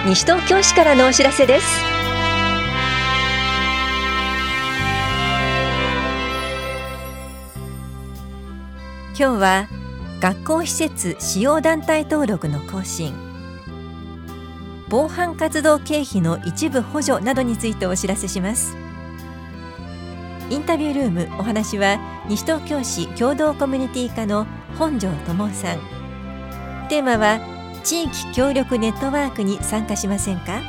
西東京市からのお知らせです。今日は学校施設使用団体登録の更新、防犯活動経費の一部補助などについてお知らせします。インタビュールーム、お話は西東京市共同コミュニティ課の本庄智さん。テーマは地域協力ネットワークに参加しませんか。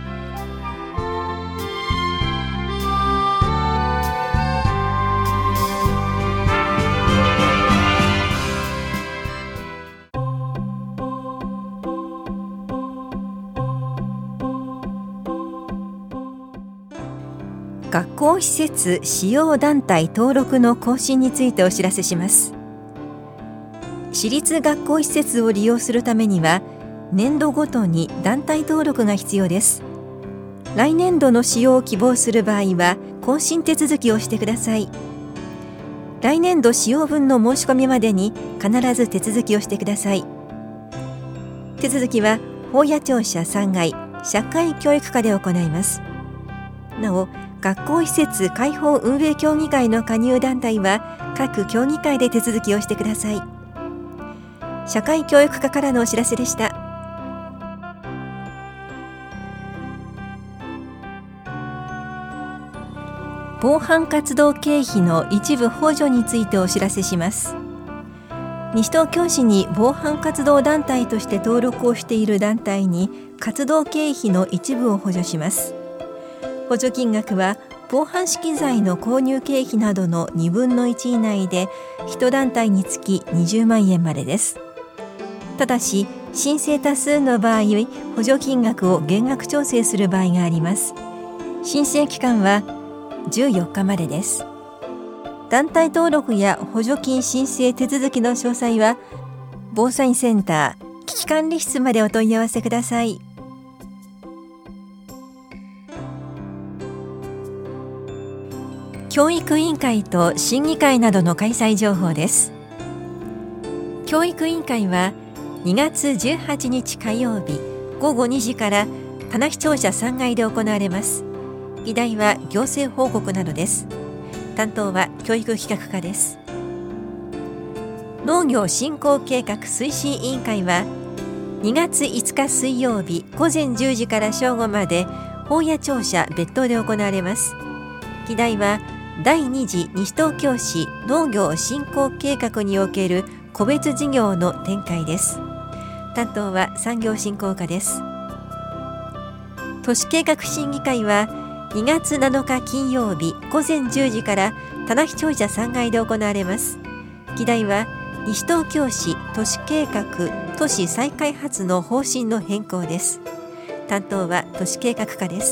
学校施設使用団体登録の更新についてお知らせします。私立学校施設を利用するためには年度ごとに団体登録が必要です。来年度の使用を希望する場合は更新手続きをしてください。来年度使用分の申し込みまでに必ず手続きをしてください。手続きは保谷庁舎3階社会教育課で行います。なお、学校施設開放運営協議会の加入団体は各協議会で手続きをしてください。社会教育課からのお知らせでした。防犯活動経費の一部補助についてお知らせします。西東京市に防犯活動団体として登録をしている団体に活動経費の一部を補助します。補助金額は防犯資機材の購入経費などの2分の1以内で1団体につき20万円までです。ただし申請多数の場合、補助金額を減額調整する場合があります。申請期間は14日までです。団体登録や補助金申請手続きの詳細は防災センター危機管理室までお問い合わせください。教育委員会と審議会などの開催情報です。教育委員会は2月18日火曜日午後2時から棚視庁舎3階で行われます。議題は行政報告などです。担当は教育企画課です。農業振興計画推進委員会は2月5日水曜日午前10時から正午まで保谷庁舎別棟で行われます。議題は第2次西東京市農業振興計画における個別事業の展開です。担当は産業振興課です。都市計画審議会は2月7日金曜日午前10時から棚視庁舎3階で行われます。議題は西東京市都市計画都市再開発の方針の変更です。担当は都市計画課です。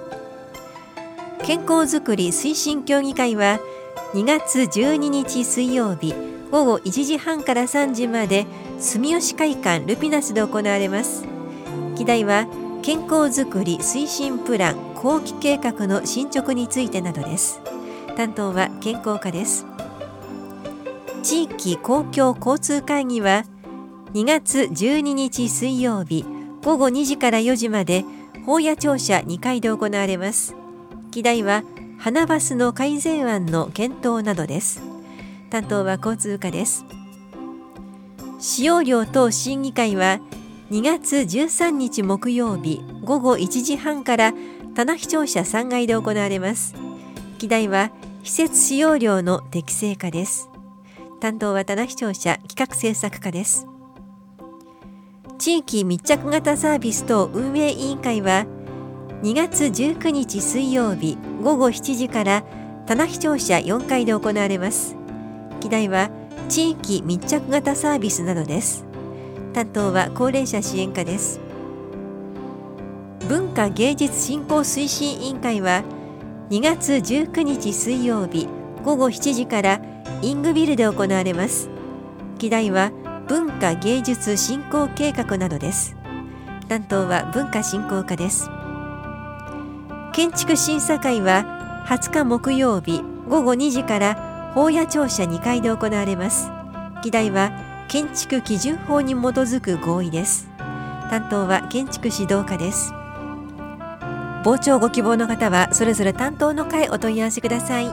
健康づくり推進協議会は2月12日水曜日午後1時半から3時まで住吉会館ルピナスで行われます。議題は健康づくり推進プラン後期計画の進捗についてなどです。担当は健康課です。地域公共交通会議は2月12日水曜日午後2時から4時まで保谷庁舎2階で行われます。議題は花バスの改善案の検討などです。担当は交通課です。使用料等審議会は2月13日木曜日午後1時半から棚視庁舎3階で行われます。議題は施設使用料の適正化です。担当は棚視庁舎企画政策課です。地域密着型サービス等運営委員会は2月19日水曜日午後7時から棚視庁舎4階で行われます。議題は地域密着型サービスなどです。担当は高齢者支援課です。文化芸術振興推進委員会は2月19日水曜日午後7時からイングビルで行われます。議題は文化芸術振興計画などです。担当は文化振興課です。建築審査会は20日木曜日午後2時から保谷庁舎2階で行われます。議題は建築基準法に基づく合意です。 担当は建築指導課です。傍聴ご希望の方はそれぞれ担当の課へお問い合わせください。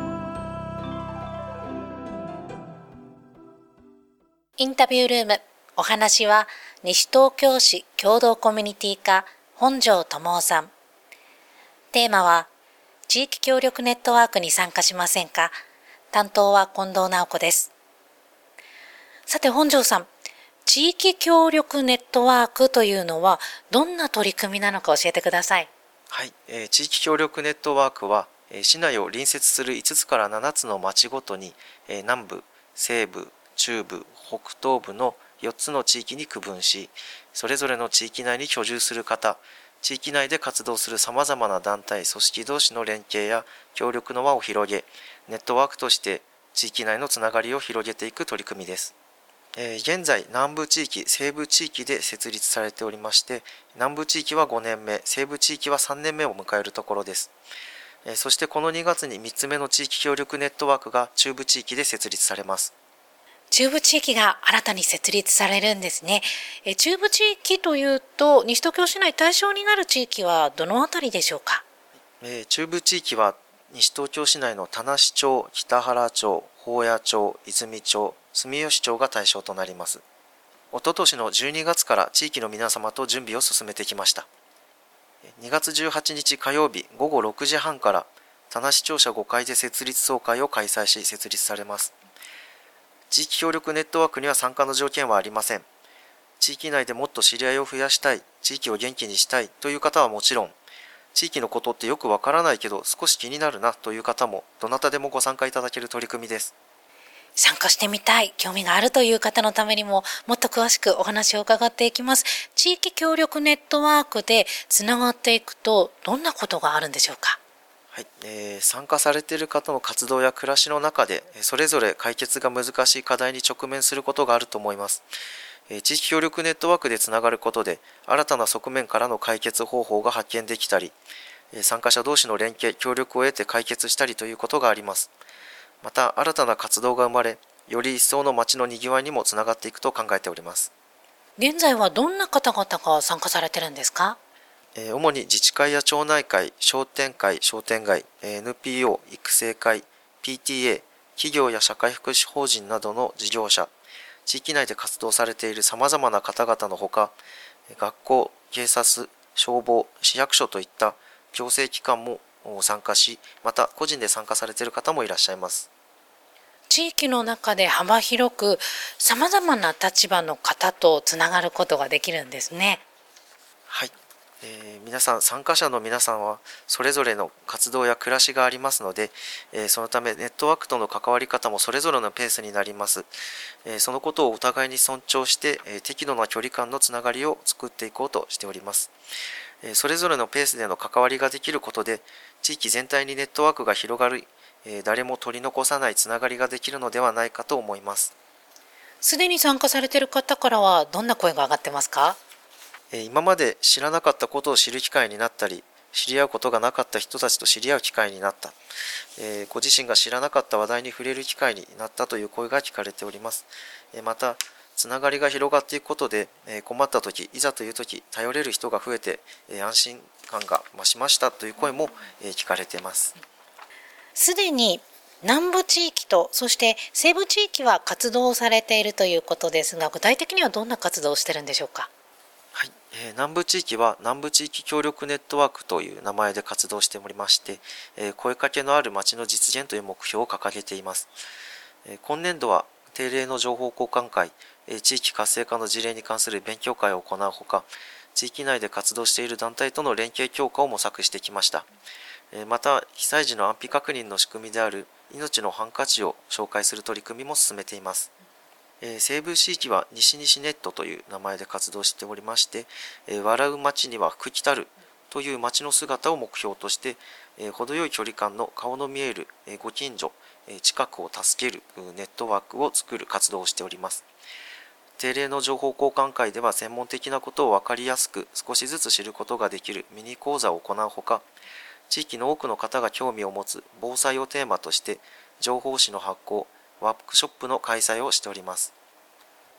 インタビュールーム、お話は西東京市共同コミュニティ課本庄智夫さん。テーマは地域協力ネットワークに参加しませんか。担当は近藤直子です。さて本庄さん、地域協力ネットワークというのはどんな取り組みなのか教えてください。 はい、地域協力ネットワークは、市内を隣接する5つから7つの町ごとに、南部、西部、中部、北東部の4つの地域に区分し、それぞれの地域内に居住する方、地域内で活動するさまざまな団体、組織同士の連携や協力の輪を広げ、ネットワークとして地域内のつながりを広げていく取り組みです。現在、南部地域、西部地域で設立されておりまして、南部地域は5年目、西部地域は3年目を迎えるところです。そしてこの2月に3つ目の地域協力ネットワークが中部地域で設立されます。 中部地域が新たに設立されるんですね。中部地域というと、西東京市内対象になる地域はどのあたりでしょうか。 中部地域は西東京市内の田無町、北原町、保谷町、泉町、住吉町が対象となります。おととしの12月から地域の皆様と準備を進めてきました。2月18日火曜日午後6時半から田無庁舎5階で設立総会を開催し設立されます。地域協力ネットワークには参加の条件はありません。地域内でもっと知り合いを増やしたい、地域を元気にしたいという方はもちろん、地域のことってよくわからないけど少し気になるなという方もどなたでもご参加いただける取り組みです。 参加してみたい、興味があるという方のためにももっと詳しくお話を伺っていきます。地域協力ネットワークでつながっていくとどんなことがあるんでしょうか。 はい、参加されている方の活動や暮らしの中でそれぞれ解決が難しい課題に直面することがあると思います。地域協力ネットワークでつながることで新たな側面からの解決方法が発見できたり、参加者同士の連携協力を得て解決したりということがあります。また新たな活動が生まれ、より一層の街のにぎわいにもつながっていくと考えております。 現在はどんな方々が参加されてるんですか。 主に自治会や町内会、商店会、商店街、NPO、育成会、PTA、企業や社会福祉法人などの事業者、地域内で活動されているさまざまな方々のほか、学校、警察、消防、市役所といった行政機関も参加し、また個人で参加されている方もいらっしゃいます。 地域の中で幅広くさまざまな立場の方とつながることができるんですね。 はい、皆さん、参加者の皆さんはそれぞれの活動や暮らしがありますので、そのためネットワークとの関わり方もそれぞれのペースになります。そのことをお互いに尊重して、適度な距離感のつながりを作っていこうとしております。それぞれのペースでの関わりができることで、地域全体にネットワークが広がる、誰も取り残さないつながりができるのではないかと思います。 すでに参加されている方からはどんな声が上がってますか。 今まで知らなかったことを知る機会になったり、知り合うことがなかった人たちと知り合う機会になった、ご自身が知らなかった話題に触れる機会になったという声が聞かれております。また、つながりが広がっていくことで、困った時、いざという時、頼れる人が増えて、安心感が増しましたという声も、聞かれています。 すでに南部地域とそして西部地域は活動をされているということですが、具体的にはどんな活動をしているんでしょうか。 はい、南部地域は南部地域協力ネットワークという名前で活動しておりまして、声かけのある街の実現という目標を掲げています。今年度は定例の情報交換会、地域活性化の事例に関する勉強会を行うほか、地域内で活動している団体との連携強化を模索してきました。また、被災時の安否確認の仕組みである命のハンカチを紹介する取り組みも進めています。西部地域は西西ネットという名前で活動しておりまして、笑う街には福来たるという街の姿を目標として、程よい距離感の顔の見えるご近所、近くを助けるネットワークを作る活動をしております。定例の情報交換会では専門的なことを分かりやすく少しずつ知ることができるミニ講座を行うほか、地域の多くの方が興味を持つ防災をテーマとして情報誌の発行、ワークショップの開催をしております。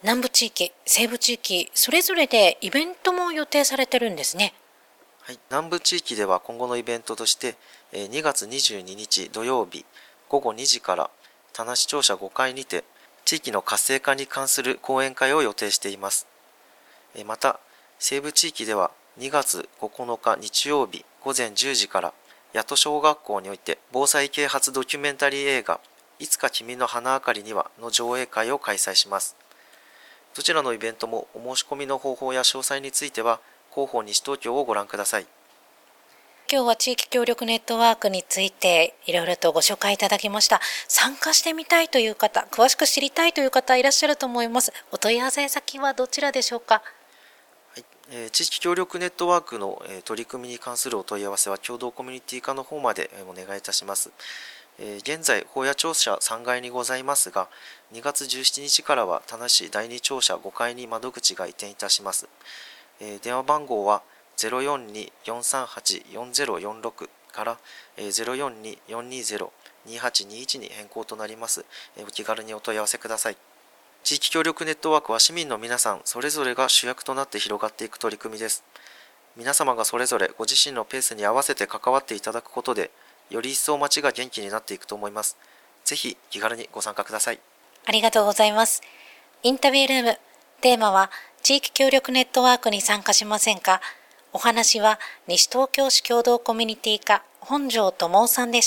南部地域、西部地域、それぞれでイベントも予定されてるんですね。 はい、南部地域では今後のイベントとして2月22日土曜日午後2時から田無庁舎5階にて地域の活性化に関する講演会を予定しています。また西部地域では2月9日日曜日午前10時から八戸小学校において防災啓発ドキュメンタリー映画いつか君の花あかりにはの上映会を開催します。どちらのイベントもお申し込みの方法や詳細については広報西東京をご覧ください。 今日は地域協力ネットワークについていろいろとご紹介いただきました。参加してみたいという方、詳しく知りたいという方いらっしゃると思います。お問い合わせ先はどちらでしょうか？ 地域協力ネットワークの取り組みに関するお問い合わせは共同コミュニティ課の方までお願いいたします。現在保谷庁舎3階にございますが、2月17日からは田無市第2庁舎5階に窓口が移転いたします。電話番号は 042-438-4046 から042-420-2821 に変更となります。お気軽にお問い合わせください。地域協力ネットワークは市民の皆さんそれぞれが主役となって広がっていく取り組みです。皆様がそれぞれご自身のペースに合わせて関わっていただくことで、より一層町が元気になっていくと思います。ぜひ気軽にご参加ください。 ありがとうございます。インタビュールーム、テーマは地域協力ネットワークに参加しませんか？お話は西東京市共同コミュニティ課本庄智夫さんでした。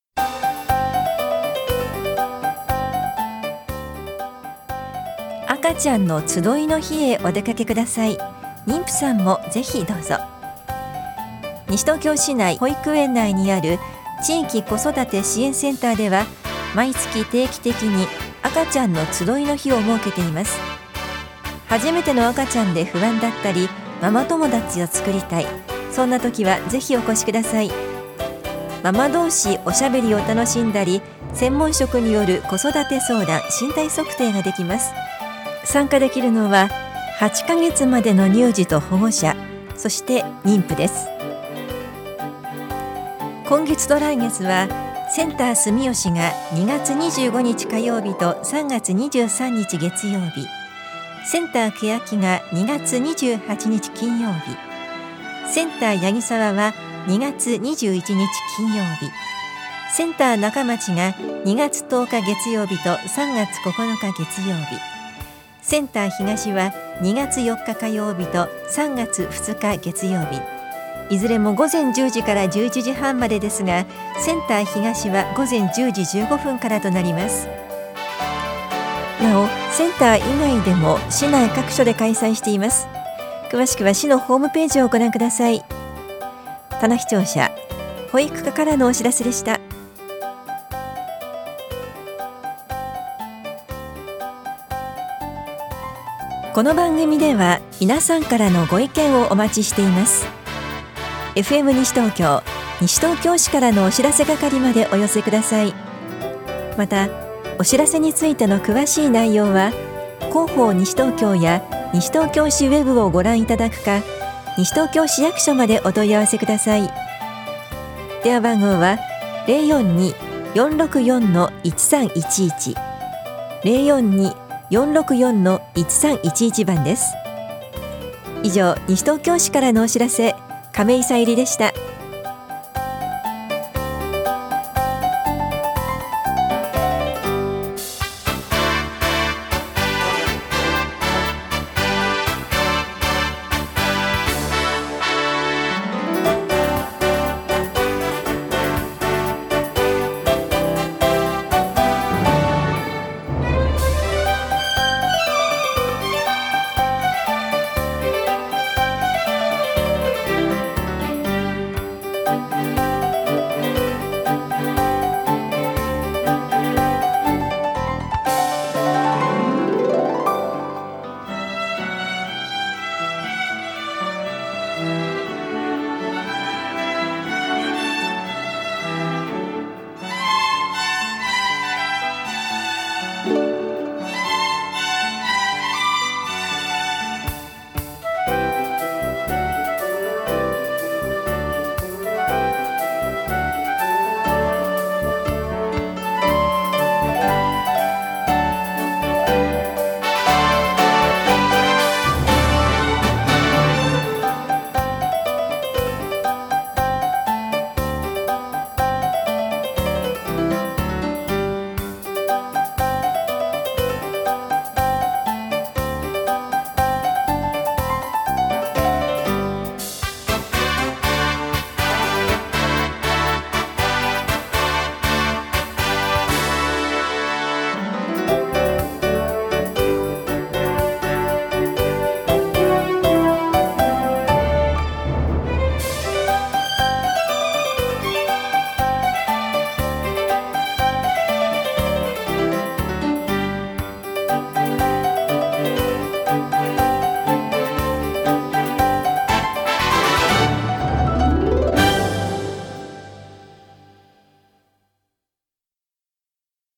赤ちゃんの集いの日へお出かけください。妊婦さんもぜひどうぞ。西東京市内保育園内にある地域子育て支援センターでは毎月定期的に赤ちゃんの集いの日を設けています。初めての赤ちゃんで不安だったりママ友達を作りたい、そんな時はぜひお越しください。ママ同士おしゃべりを楽しんだり、専門職による子育て相談、身体測定ができます。参加できるのは8ヶ月までの乳児と保護者、そして妊婦です。今月と来月はセンター住吉が2月25日火曜日と3月23日月曜日、センター欅が2月28日金曜日、センター八木沢は2月21日金曜日、センター中町が2月10日月曜日と3月9日月曜日、センター東は2月4日火曜日と3月2日月曜日、いずれも午前10時から11時半までですが、センター東は午前10時15分からとなります。なお、センター以外でも市内各所で開催しています。詳しくは市のホームページをご覧ください。田無庁舎保育課からのお知らせでした。この番組では皆さんからのご意見をお待ちしています。 FM 西東京、西東京市からのお知らせ係までお寄せください。またお知らせについての詳しい内容は広報西東京や西東京市ウェブをご覧いただくか、西東京市役所までお問い合わせください。電話番号は 042-464-1311 042-464-1311 番です。以上、西東京市からのお知らせ、亀井さゆりでした。